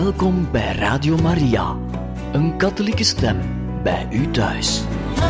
Welkom bij Radio Maria, een katholieke stem bij u thuis.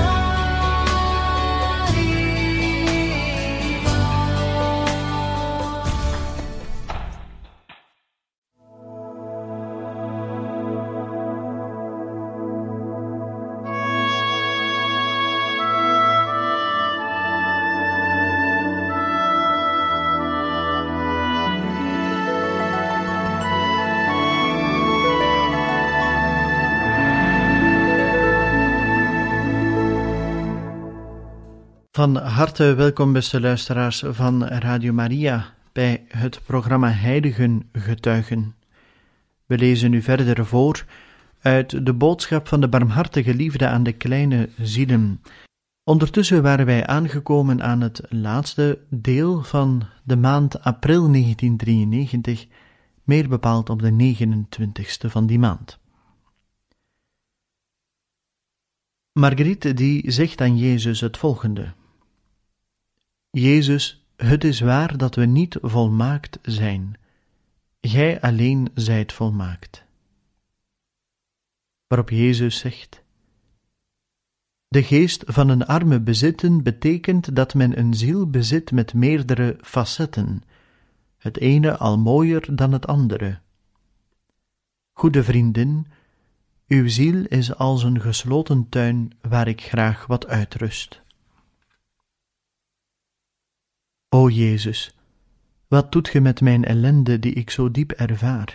Van harte welkom, beste luisteraars van Radio Maria, bij het programma Heiligen Getuigen. We lezen nu verder voor uit de boodschap van de barmhartige liefde aan de kleine zielen. Ondertussen waren wij aangekomen aan het laatste deel van de maand april 1993, meer bepaald op de 29e van die maand. Marguerite die zegt aan Jezus het volgende: Jezus, het is waar dat we niet volmaakt zijn. Gij alleen zijt volmaakt. Waarop Jezus zegt: de geest van een arme bezitten betekent dat men een ziel bezit met meerdere facetten, het ene al mooier dan het andere. Goede vriendin, uw ziel is als een gesloten tuin waar ik graag wat uitrust. O Jezus, wat doet ge met mijn ellende die ik zo diep ervaar?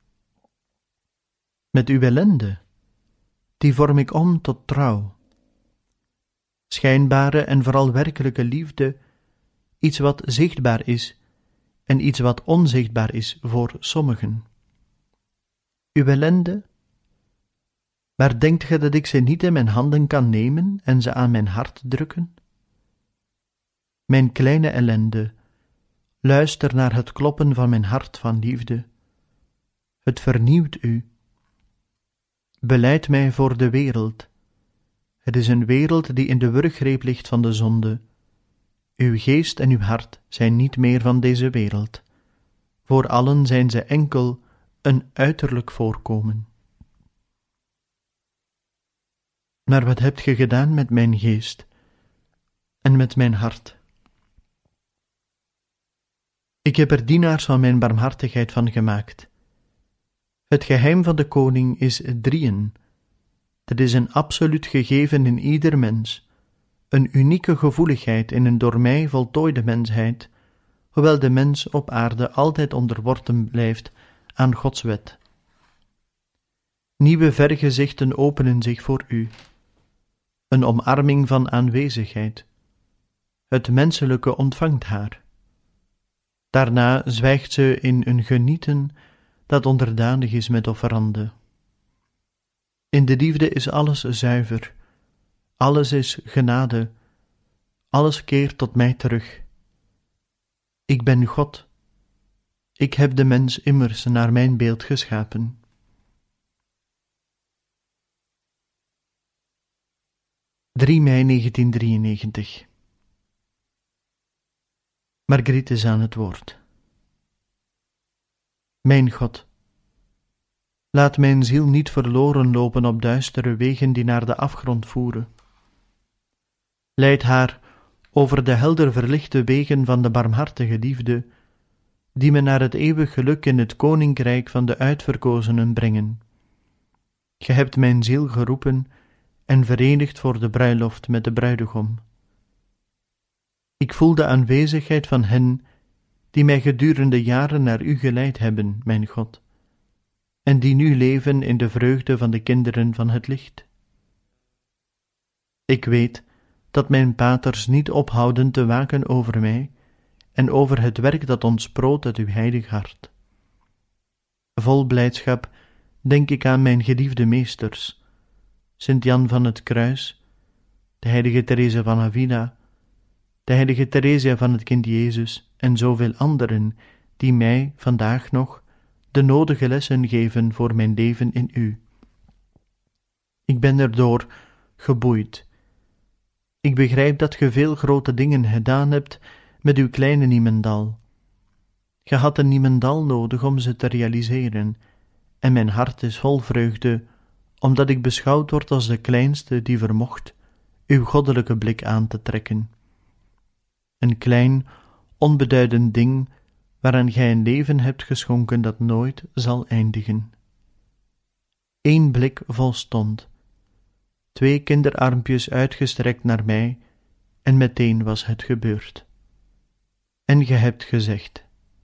Met uw ellende, die vorm ik om tot trouw. Schijnbare en vooral werkelijke liefde, iets wat zichtbaar is en iets wat onzichtbaar is voor sommigen. Uw ellende, maar denkt ge dat ik ze niet in mijn handen kan nemen en ze aan mijn hart drukken? Mijn kleine ellende, luister naar het kloppen van mijn hart van liefde. Het vernieuwt u. Beleid mij voor de wereld. Het is een wereld die in de wurggreep ligt van de zonde. Uw geest en uw hart zijn niet meer van deze wereld. Voor allen zijn ze enkel een uiterlijk voorkomen. Maar wat hebt ge gedaan met mijn geest en met mijn hart? Ik heb er dienaars van mijn barmhartigheid van gemaakt. Het geheim van de koning is drieën. Dat is een absoluut gegeven in ieder mens, een unieke gevoeligheid in een door mij voltooide mensheid, hoewel de mens op aarde altijd onderworpen blijft aan Gods wet. Nieuwe vergezichten openen zich voor u. Een omarming van aanwezigheid. Het menselijke ontvangt haar. Daarna zwijgt ze in een genieten dat onderdanig is met offerande. In de liefde is alles zuiver, alles is genade, alles keert tot mij terug. Ik ben God, ik heb de mens immers naar mijn beeld geschapen. (3 mei 1993). Marguerite is aan het woord. Mijn God, laat mijn ziel niet verloren lopen op duistere wegen die naar de afgrond voeren. Leid haar over de helder verlichte wegen van de barmhartige liefde, die me naar het eeuwig geluk in het koninkrijk van de uitverkozenen brengen. Ge hebt mijn ziel geroepen en verenigd voor de bruiloft met de bruidegom. Ik voel de aanwezigheid van hen die mij gedurende jaren naar u geleid hebben, mijn God, en die nu leven in de vreugde van de kinderen van het licht. Ik weet dat mijn paters niet ophouden te waken over mij en over het werk dat ontsproot uit uw heilig hart. Vol blijdschap denk ik aan mijn geliefde meesters, Sint Jan van het Kruis, de heilige Therese van Avila, de heilige Theresia van het Kind Jezus en zoveel anderen die mij vandaag nog de nodige lessen geven voor mijn leven in u. Ik ben erdoor geboeid. Ik begrijp dat ge veel grote dingen gedaan hebt met uw kleine niemendal. Ge had een niemendal nodig om ze te realiseren, en mijn hart is vol vreugde, omdat ik beschouwd word als de kleinste die vermocht uw goddelijke blik aan te trekken. Een klein, onbeduidend ding, waaraan gij een leven hebt geschonken dat nooit zal eindigen. 1 blik volstond, 2 kinderarmpjes uitgestrekt naar mij, en meteen was het gebeurd. En ge hebt gezegd: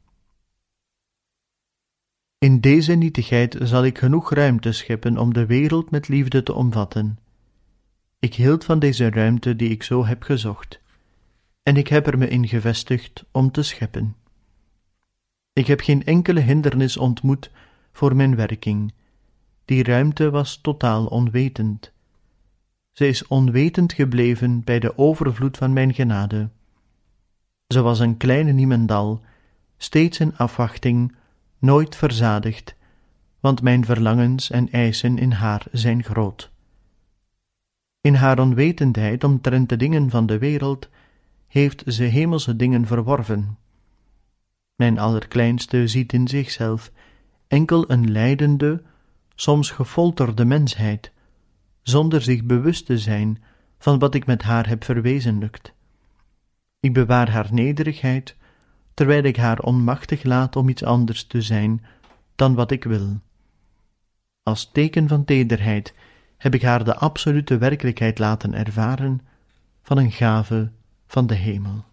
in deze nietigheid zal ik genoeg ruimte scheppen om de wereld met liefde te omvatten. Ik hield van deze ruimte die ik zo heb gezocht, en ik heb er me in gevestigd om te scheppen. Ik heb geen enkele hindernis ontmoet voor mijn werking. Die ruimte was totaal onwetend. Ze is onwetend gebleven bij de overvloed van mijn genade. Ze was een kleine niemendal, steeds in afwachting, nooit verzadigd, want mijn verlangens en eisen in haar zijn groot. In haar onwetendheid omtrent de dingen van de wereld heeft ze hemelse dingen verworven. Mijn allerkleinste ziet in zichzelf enkel een lijdende, soms gefolterde mensheid, zonder zich bewust te zijn van wat ik met haar heb verwezenlijkt. Ik bewaar haar nederigheid, terwijl ik haar onmachtig laat om iets anders te zijn dan wat ik wil. Als teken van tederheid heb ik haar de absolute werkelijkheid laten ervaren van een gave van de hemel.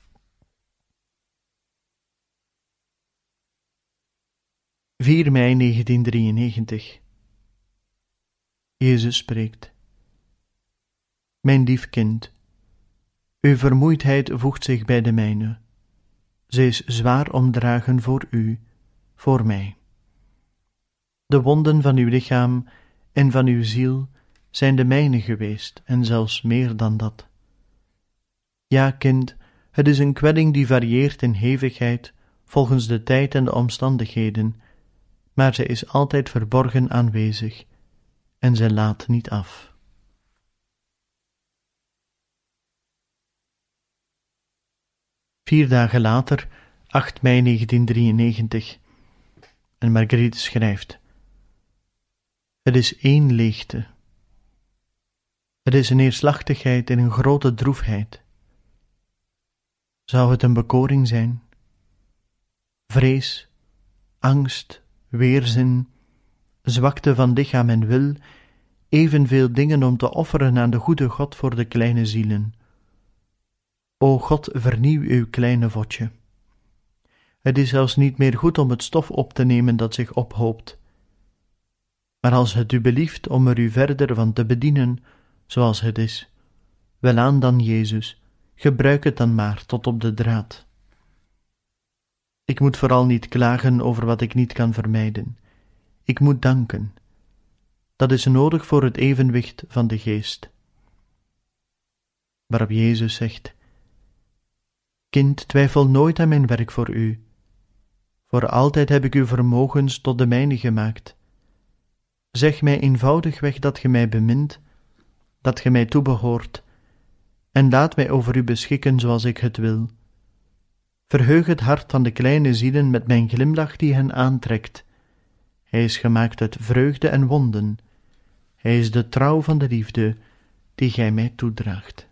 (4 mei 1993) Jezus spreekt: mijn lief kind, uw vermoeidheid voegt zich bij de mijne. Ze is zwaar omdragen voor u, voor mij. De wonden van uw lichaam en van uw ziel zijn de mijne geweest, en zelfs meer dan dat. Ja, kind, het is een kwelling die varieert in hevigheid volgens de tijd en de omstandigheden, maar zij is altijd verborgen aanwezig, en zij laat niet af. Vier dagen later, 8 mei 1993, en Marguerite schrijft: het is één leegte. Het is een neerslachtigheid en een grote droefheid. Zou het een bekoring zijn? Vrees, angst, weerzin, zwakte van lichaam en wil, evenveel dingen om te offeren aan de goede God voor de kleine zielen. O God, vernieuw uw kleine vodje. Het is zelfs niet meer goed om het stof op te nemen dat zich ophoopt. Maar als het u belieft om er u verder van te bedienen, zoals het is, welaan dan Jezus, gebruik het dan maar tot op de draad. Ik moet vooral niet klagen over wat ik niet kan vermijden. Ik moet danken. Dat is nodig voor het evenwicht van de geest. Waarop Jezus zegt: kind, twijfel nooit aan mijn werk voor u. Voor altijd heb ik uw vermogens tot de mijne gemaakt. Zeg mij eenvoudigweg dat ge mij bemint, dat ge mij toebehoort, en laat mij over u beschikken zoals ik het wil. Verheug het hart van de kleine zielen met mijn glimlach die hen aantrekt. Hij is gemaakt uit vreugde en wonden. Hij is de trouw van de liefde die gij mij toedraagt.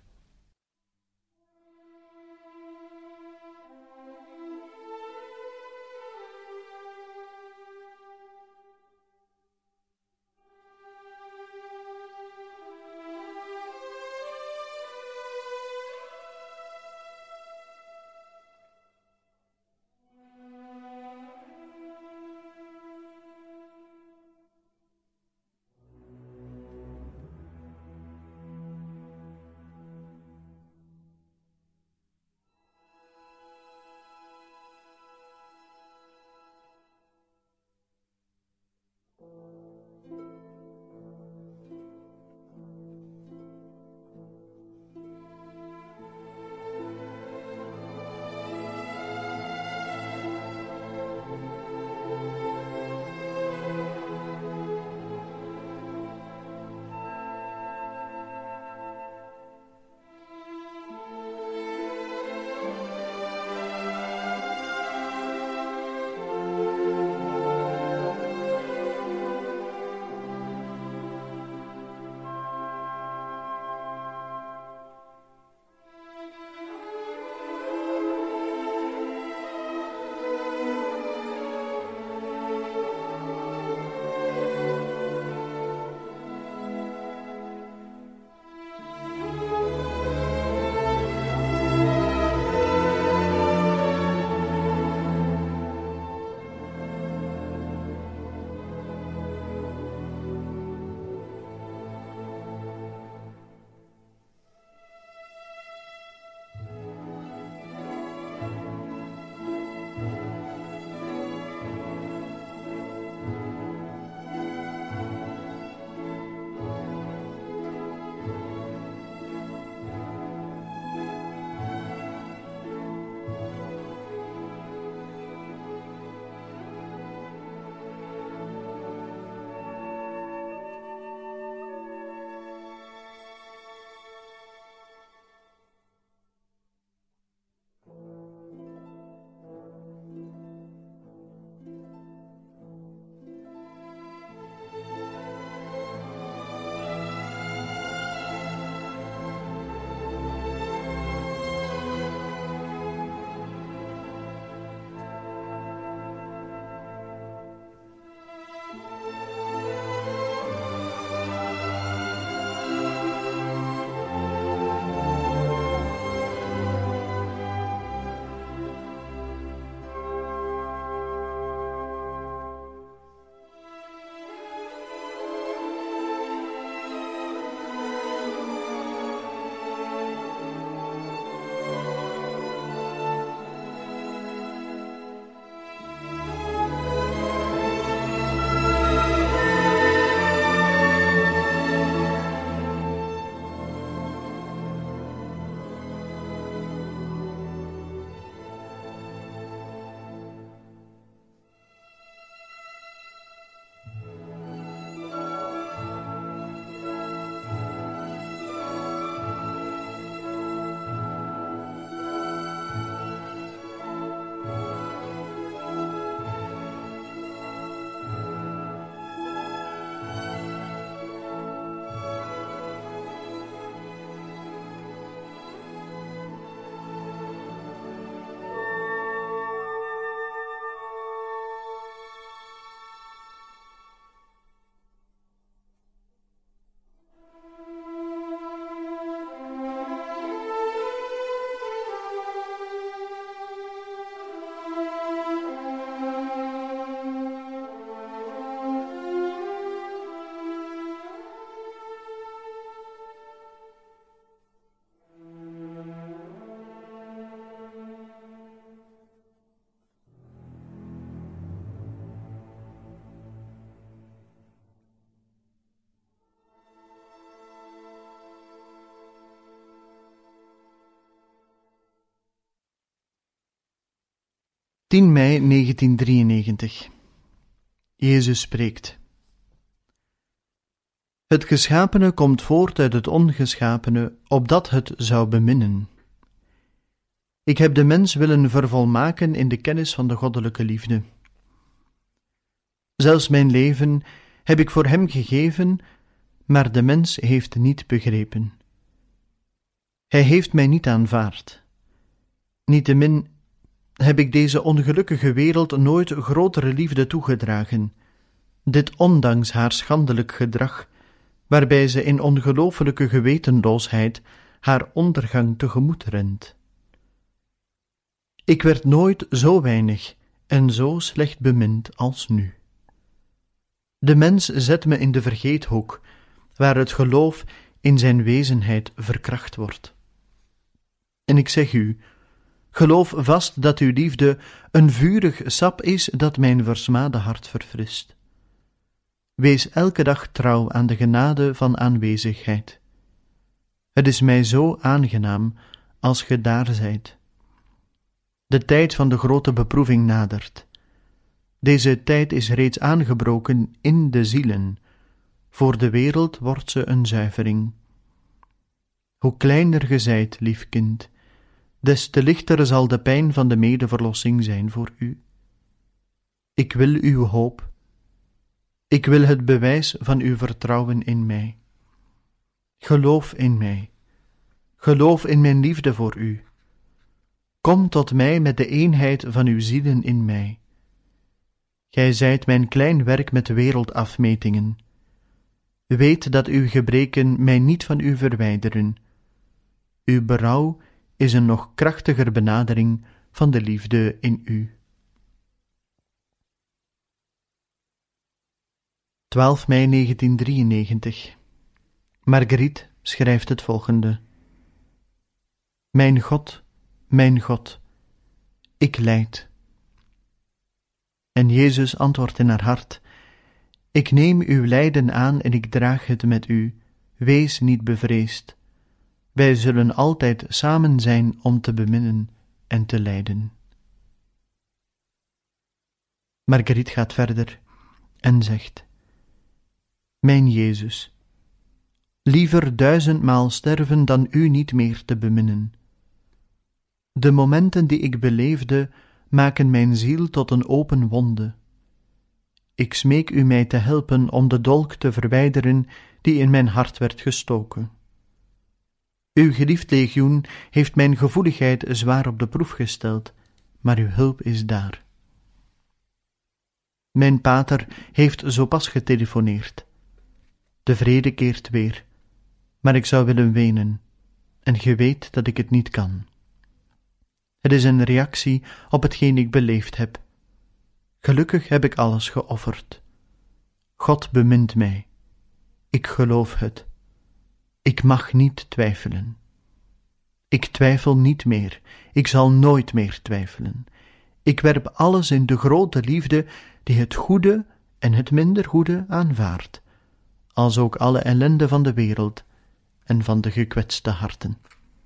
10 mei 1993. Jezus spreekt. Het geschapene komt voort uit het ongeschapene, opdat het zou beminnen. Ik heb de mens willen vervolmaken in de kennis van de goddelijke liefde. Zelfs mijn leven heb ik voor hem gegeven, maar de mens heeft niet begrepen. Hij heeft mij niet aanvaard. Niettemin heb ik deze ongelukkige wereld nooit grotere liefde toegedragen, dit ondanks haar schandelijk gedrag, waarbij ze in ongelooflijke gewetenloosheid haar ondergang tegemoet rent. Ik werd nooit zo weinig en zo slecht bemind als nu. De mens zet me in de vergeethoek, waar het geloof in zijn wezenheid verkracht wordt. En ik zeg u, geloof vast dat uw liefde een vurig sap is dat mijn versmade hart verfrist. Wees elke dag trouw aan de genade van aanwezigheid. Het is mij zo aangenaam als ge daar zijt. De tijd van de grote beproeving nadert. Deze tijd is reeds aangebroken in de zielen. Voor de wereld wordt ze een zuivering. Hoe kleiner ge zijt, lief kind, des te lichter zal de pijn van de medeverlossing zijn voor u. Ik wil uw hoop. Ik wil het bewijs van uw vertrouwen in mij. Geloof in mij. Geloof in mijn liefde voor u. Kom tot mij met de eenheid van uw zielen in mij. Gij zijt mijn klein werk met wereldafmetingen. Weet dat uw gebreken mij niet van u verwijderen. Uw berouw is een nog krachtiger benadering van de liefde in u. 12 mei 1993. Marguerite schrijft het volgende. Mijn God, ik lijd. En Jezus antwoordt in haar hart, ik neem uw lijden aan en ik draag het met u, wees niet bevreesd. Wij zullen altijd samen zijn om te beminnen en te lijden. Marguerite gaat verder en zegt, mijn Jezus, liever 1000-maal sterven dan u niet meer te beminnen. De momenten die ik beleefde, maken mijn ziel tot een open wonde. Ik smeek u mij te helpen om de dolk te verwijderen die in mijn hart werd gestoken. Uw geliefd legioen heeft mijn gevoeligheid zwaar op de proef gesteld, maar uw hulp is daar. Mijn pater heeft zo pas getelefoneerd. De vrede keert weer, maar ik zou willen wenen, en ge weet dat ik het niet kan. Het is een reactie op hetgeen ik beleefd heb. Gelukkig heb ik alles geofferd. God bemint mij. Ik geloof het. Ik mag niet twijfelen. Ik twijfel niet meer. Ik zal nooit meer twijfelen. Ik werp alles in de grote liefde die het goede en het minder goede aanvaardt, als ook alle ellende van de wereld en van de gekwetste harten.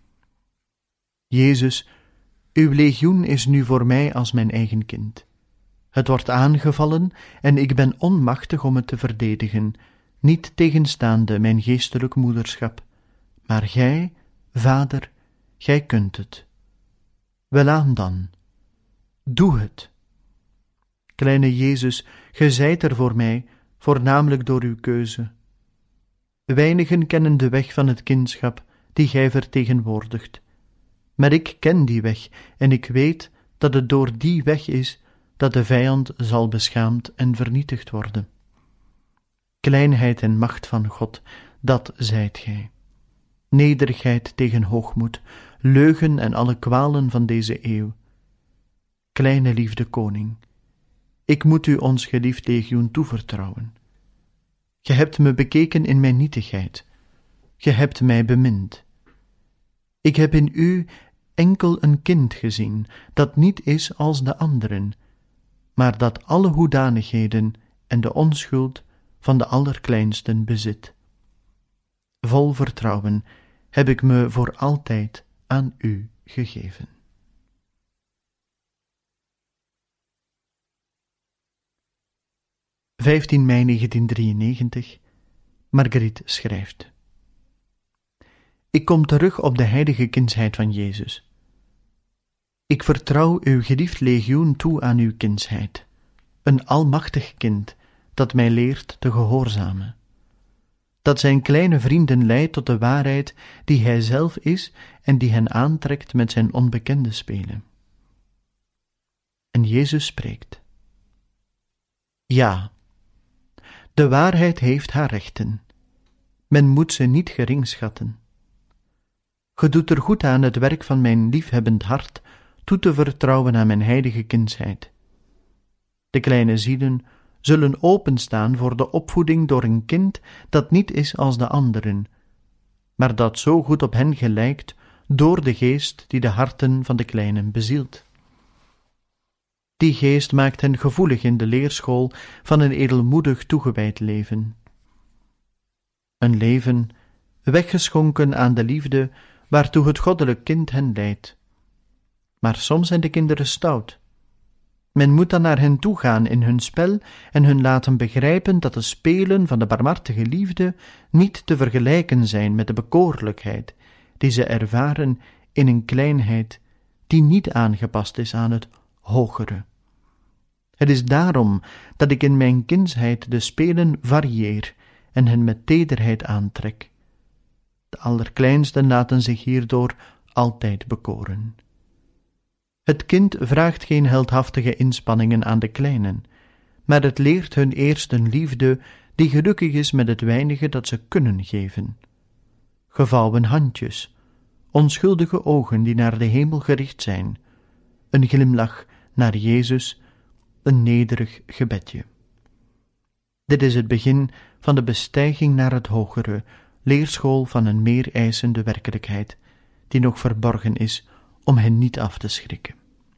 Jezus, uw legioen is nu voor mij als mijn eigen kind. Het wordt aangevallen en ik ben onmachtig om het te verdedigen, niet tegenstaande mijn geestelijk moederschap. Maar gij, Vader, gij kunt het. Welaan dan. Doe het. Kleine Jezus, ge zijt er voor mij, voornamelijk door uw keuze. Weinigen kennen de weg van het kindschap die gij vertegenwoordigt. Maar ik ken die weg en ik weet dat het door die weg is dat de vijand zal beschaamd en vernietigd worden. Kleinheid en macht van God, dat zijt gij. Nederigheid tegen hoogmoed, leugen en alle kwalen van deze eeuw. Kleine liefde koning, ik moet u ons geliefd legioen toevertrouwen. Ge hebt me bekeken in mijn nietigheid. Ge hebt mij bemind. Ik heb in u enkel een kind gezien, dat niet is als de anderen, maar dat alle hoedanigheden en de onschuld van de allerkleinsten bezit. Vol vertrouwen heb ik me voor altijd aan u gegeven. 15 mei 1993. Marguerite schrijft: Ik kom terug op de heilige kindsheid van Jezus. Ik vertrouw uw geliefd legioen toe aan uw kindsheid, een almachtig kind dat mij leert te gehoorzamen, dat zijn kleine vrienden leidt tot de waarheid die hij zelf is en die hen aantrekt met zijn onbekende spelen. En Jezus spreekt: Ja, de waarheid heeft haar rechten. Men moet ze niet gering schatten. Ge doet er goed aan het werk van mijn liefhebbend hart toe te vertrouwen aan mijn heilige kindsheid. De kleine zielen zullen openstaan voor de opvoeding door een kind dat niet is als de anderen, maar dat zo goed op hen gelijkt door de geest die de harten van de kleinen bezielt. Die geest maakt hen gevoelig in de leerschool van een edelmoedig toegewijd leven. Een leven weggeschonken aan de liefde waartoe het goddelijk kind hen leidt. Maar soms zijn de kinderen stout. Men moet dan naar hen toe gaan in hun spel en hun laten begrijpen dat de spelen van de barmhartige liefde niet te vergelijken zijn met de bekoorlijkheid die ze ervaren in een kleinheid die niet aangepast is aan het hogere. Het is daarom dat ik in mijn kindsheid de spelen varieer en hen met tederheid aantrek. De allerkleinsten laten zich hierdoor altijd bekoren. Het kind vraagt geen heldhaftige inspanningen aan de kleinen, maar het leert hun eerst een liefde die gelukkig is met het weinige dat ze kunnen geven. Gevouwen handjes, onschuldige ogen die naar de hemel gericht zijn, een glimlach naar Jezus, een nederig gebedje. Dit is het begin van de bestijging naar het hogere, leerschool van een meer eisende werkelijkheid, die nog verborgen is om hen niet af te schrikken.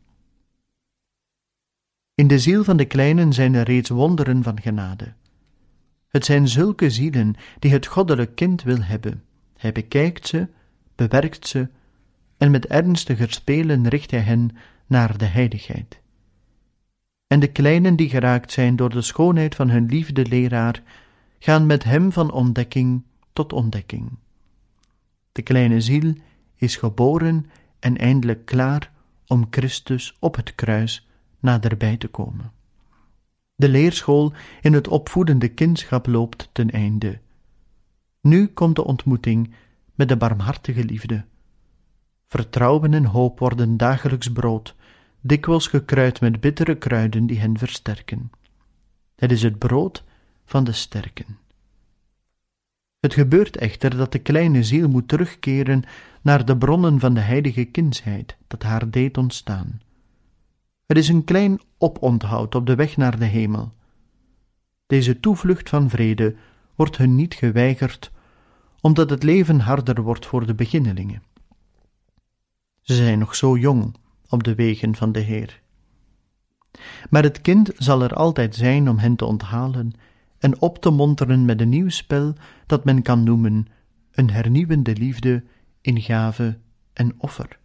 In de ziel van de kleinen zijn er reeds wonderen van genade. Het zijn zulke zielen die het goddelijk kind wil hebben. Hij bekijkt ze, bewerkt ze, en met ernstiger spelen richt hij hen naar de heiligheid. En de kleinen die geraakt zijn door de schoonheid van hun liefde leraar, gaan met hem van ontdekking tot ontdekking. De kleine ziel is geboren en eindelijk klaar om Christus op het kruis naderbij te komen. De leerschool in het opvoedende kindschap loopt ten einde. Nu komt de ontmoeting met de barmhartige liefde. Vertrouwen en hoop worden dagelijks brood, dikwijls gekruid met bittere kruiden die hen versterken. Het is het brood van de sterken. Het gebeurt echter dat de kleine ziel moet terugkeren naar de bronnen van de heilige kindsheid dat haar deed ontstaan. Het is een klein oponthoud op de weg naar de hemel. Deze toevlucht van vrede wordt hun niet geweigerd, omdat het leven harder wordt voor de beginnelingen. Ze zijn nog zo jong op de wegen van de Heer. Maar het kind zal er altijd zijn om hen te onthalen en op te monteren met een nieuw spel dat men kan noemen een hernieuwende liefde in gave en offer.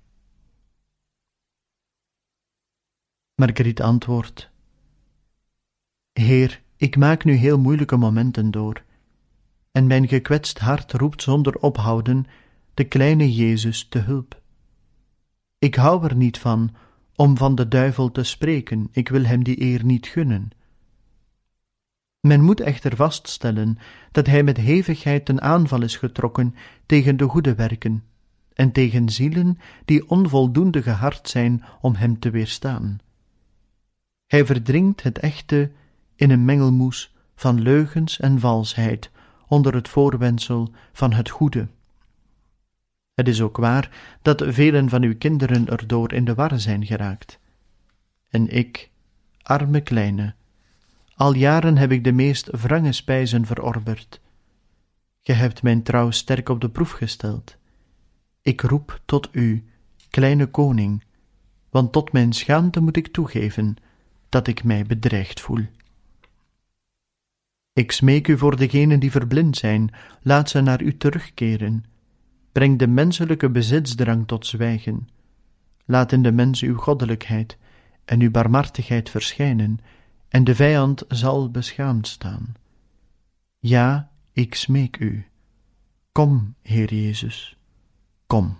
Marguerite antwoordt: Heer, ik maak nu heel moeilijke momenten door, en mijn gekwetst hart roept zonder ophouden de kleine Jezus te hulp. Ik hou er niet van om van de duivel te spreken, ik wil hem die eer niet gunnen. Men moet echter vaststellen dat hij met hevigheid ten aanval is getrokken tegen de goede werken en tegen zielen die onvoldoende gehard zijn om hem te weerstaan. Hij verdringt het echte in een mengelmoes van leugens en valsheid onder het voorwendsel van het goede. Het is ook waar dat velen van uw kinderen erdoor in de war zijn geraakt. En ik, arme kleine, al jaren heb ik de meest wrange spijzen verorberd. Ge hebt mijn trouw sterk op de proef gesteld. Ik roep tot u, kleine koning, want tot mijn schaamte moet ik toegeven dat ik mij bedreigd voel. Ik smeek u voor degenen die verblind zijn, laat ze naar u terugkeren. Breng de menselijke bezitsdrang tot zwijgen. Laat in de mens uw goddelijkheid en uw barmhartigheid verschijnen, en de vijand zal beschaamd staan. Ja, ik smeek u. Kom, Heer Jezus, kom.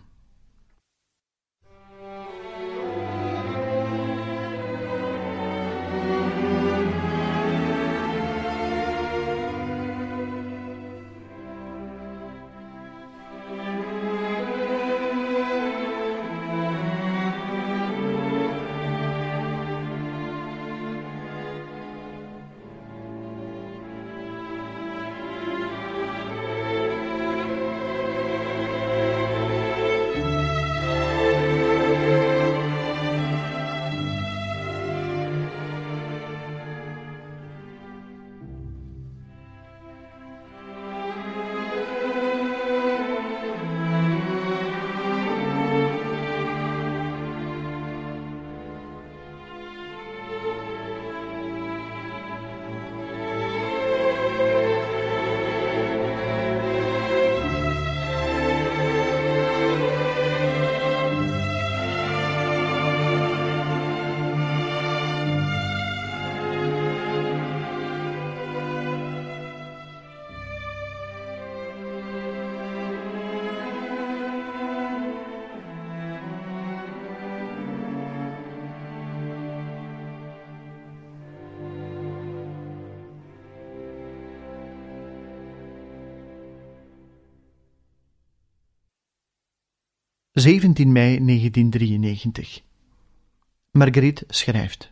(17 mei 1993). Marguerite schrijft: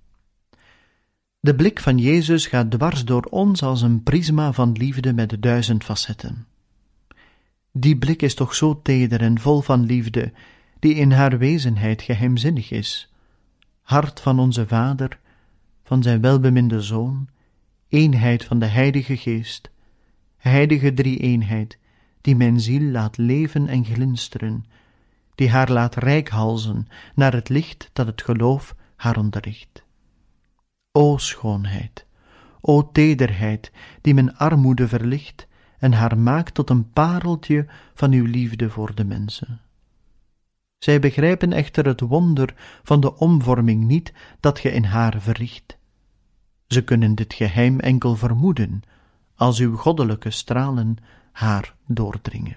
De blik van Jezus gaat dwars door ons als een prisma van liefde met 1000 facetten. Die blik is toch zo teder en vol van liefde, die in haar wezenheid geheimzinnig is. Hart van onze Vader, van zijn welbeminde Zoon, eenheid van de Heilige Geest, heilige drie-eenheid, die mijn ziel laat leven en glinsteren, die haar laat reikhalzen naar het licht dat het geloof haar onderricht. O schoonheid, o tederheid, die mijn armoede verlicht en haar maakt tot een pareltje van uw liefde voor de mensen. Zij begrijpen echter het wonder van de omvorming niet dat ge in haar verricht. Ze kunnen dit geheim enkel vermoeden, als uw goddelijke stralen haar doordringen.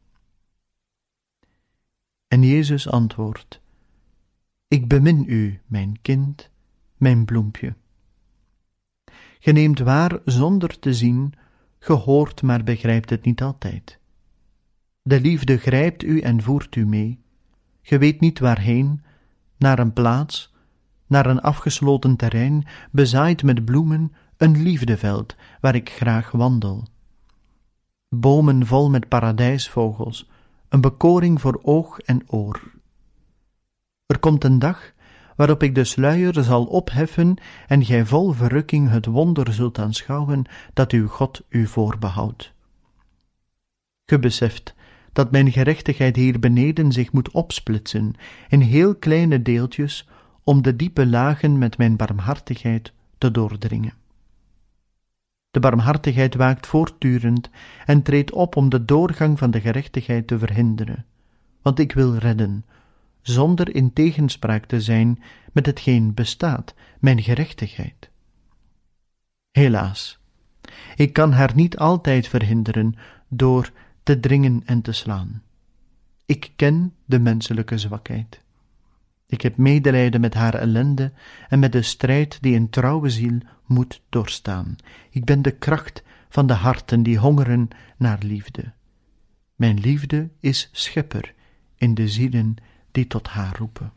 En Jezus antwoordt: Ik bemin u, mijn kind, mijn bloempje. Ge neemt waar zonder te zien, ge hoort maar begrijpt het niet altijd. De liefde grijpt u en voert u mee. Ge weet niet waarheen, naar een plaats, naar een afgesloten terrein, bezaaid met bloemen, een liefdeveld waar ik graag wandel. Bomen vol met paradijsvogels, een bekoring voor oog en oor. Er komt een dag waarop ik de sluier zal opheffen en gij vol verrukking het wonder zult aanschouwen dat uw God u voorbehoudt. Ge beseft dat mijn gerechtigheid hier beneden zich moet opsplitsen in heel kleine deeltjes om de diepe lagen met mijn barmhartigheid te doordringen. De barmhartigheid waakt voortdurend en treedt op om de doorgang van de gerechtigheid te verhinderen, want ik wil redden, zonder in tegenspraak te zijn met hetgeen bestaat, mijn gerechtigheid. Helaas, ik kan haar niet altijd verhinderen door te dringen en te slaan. Ik ken de menselijke zwakheid. Ik heb medelijden met haar ellende en met de strijd die een trouwe ziel moet doorstaan. Ik ben de kracht van de harten die hongeren naar liefde. Mijn liefde is schepper in de zielen die tot haar roepen.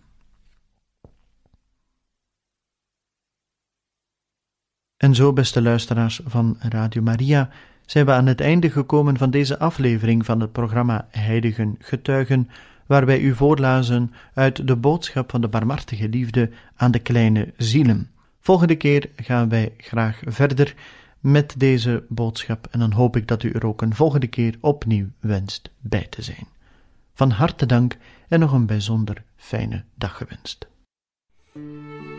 En zo, beste luisteraars van Radio Maria, zijn we aan het einde gekomen van deze aflevering van het programma Heiligen Getuigen, waar wij u voorlazen uit de boodschap van de barmhartige liefde aan de kleine zielen. Volgende keer gaan wij graag verder met deze boodschap en dan hoop ik dat u er ook een volgende keer opnieuw wenst bij te zijn. Van harte dank en nog een bijzonder fijne dag gewenst.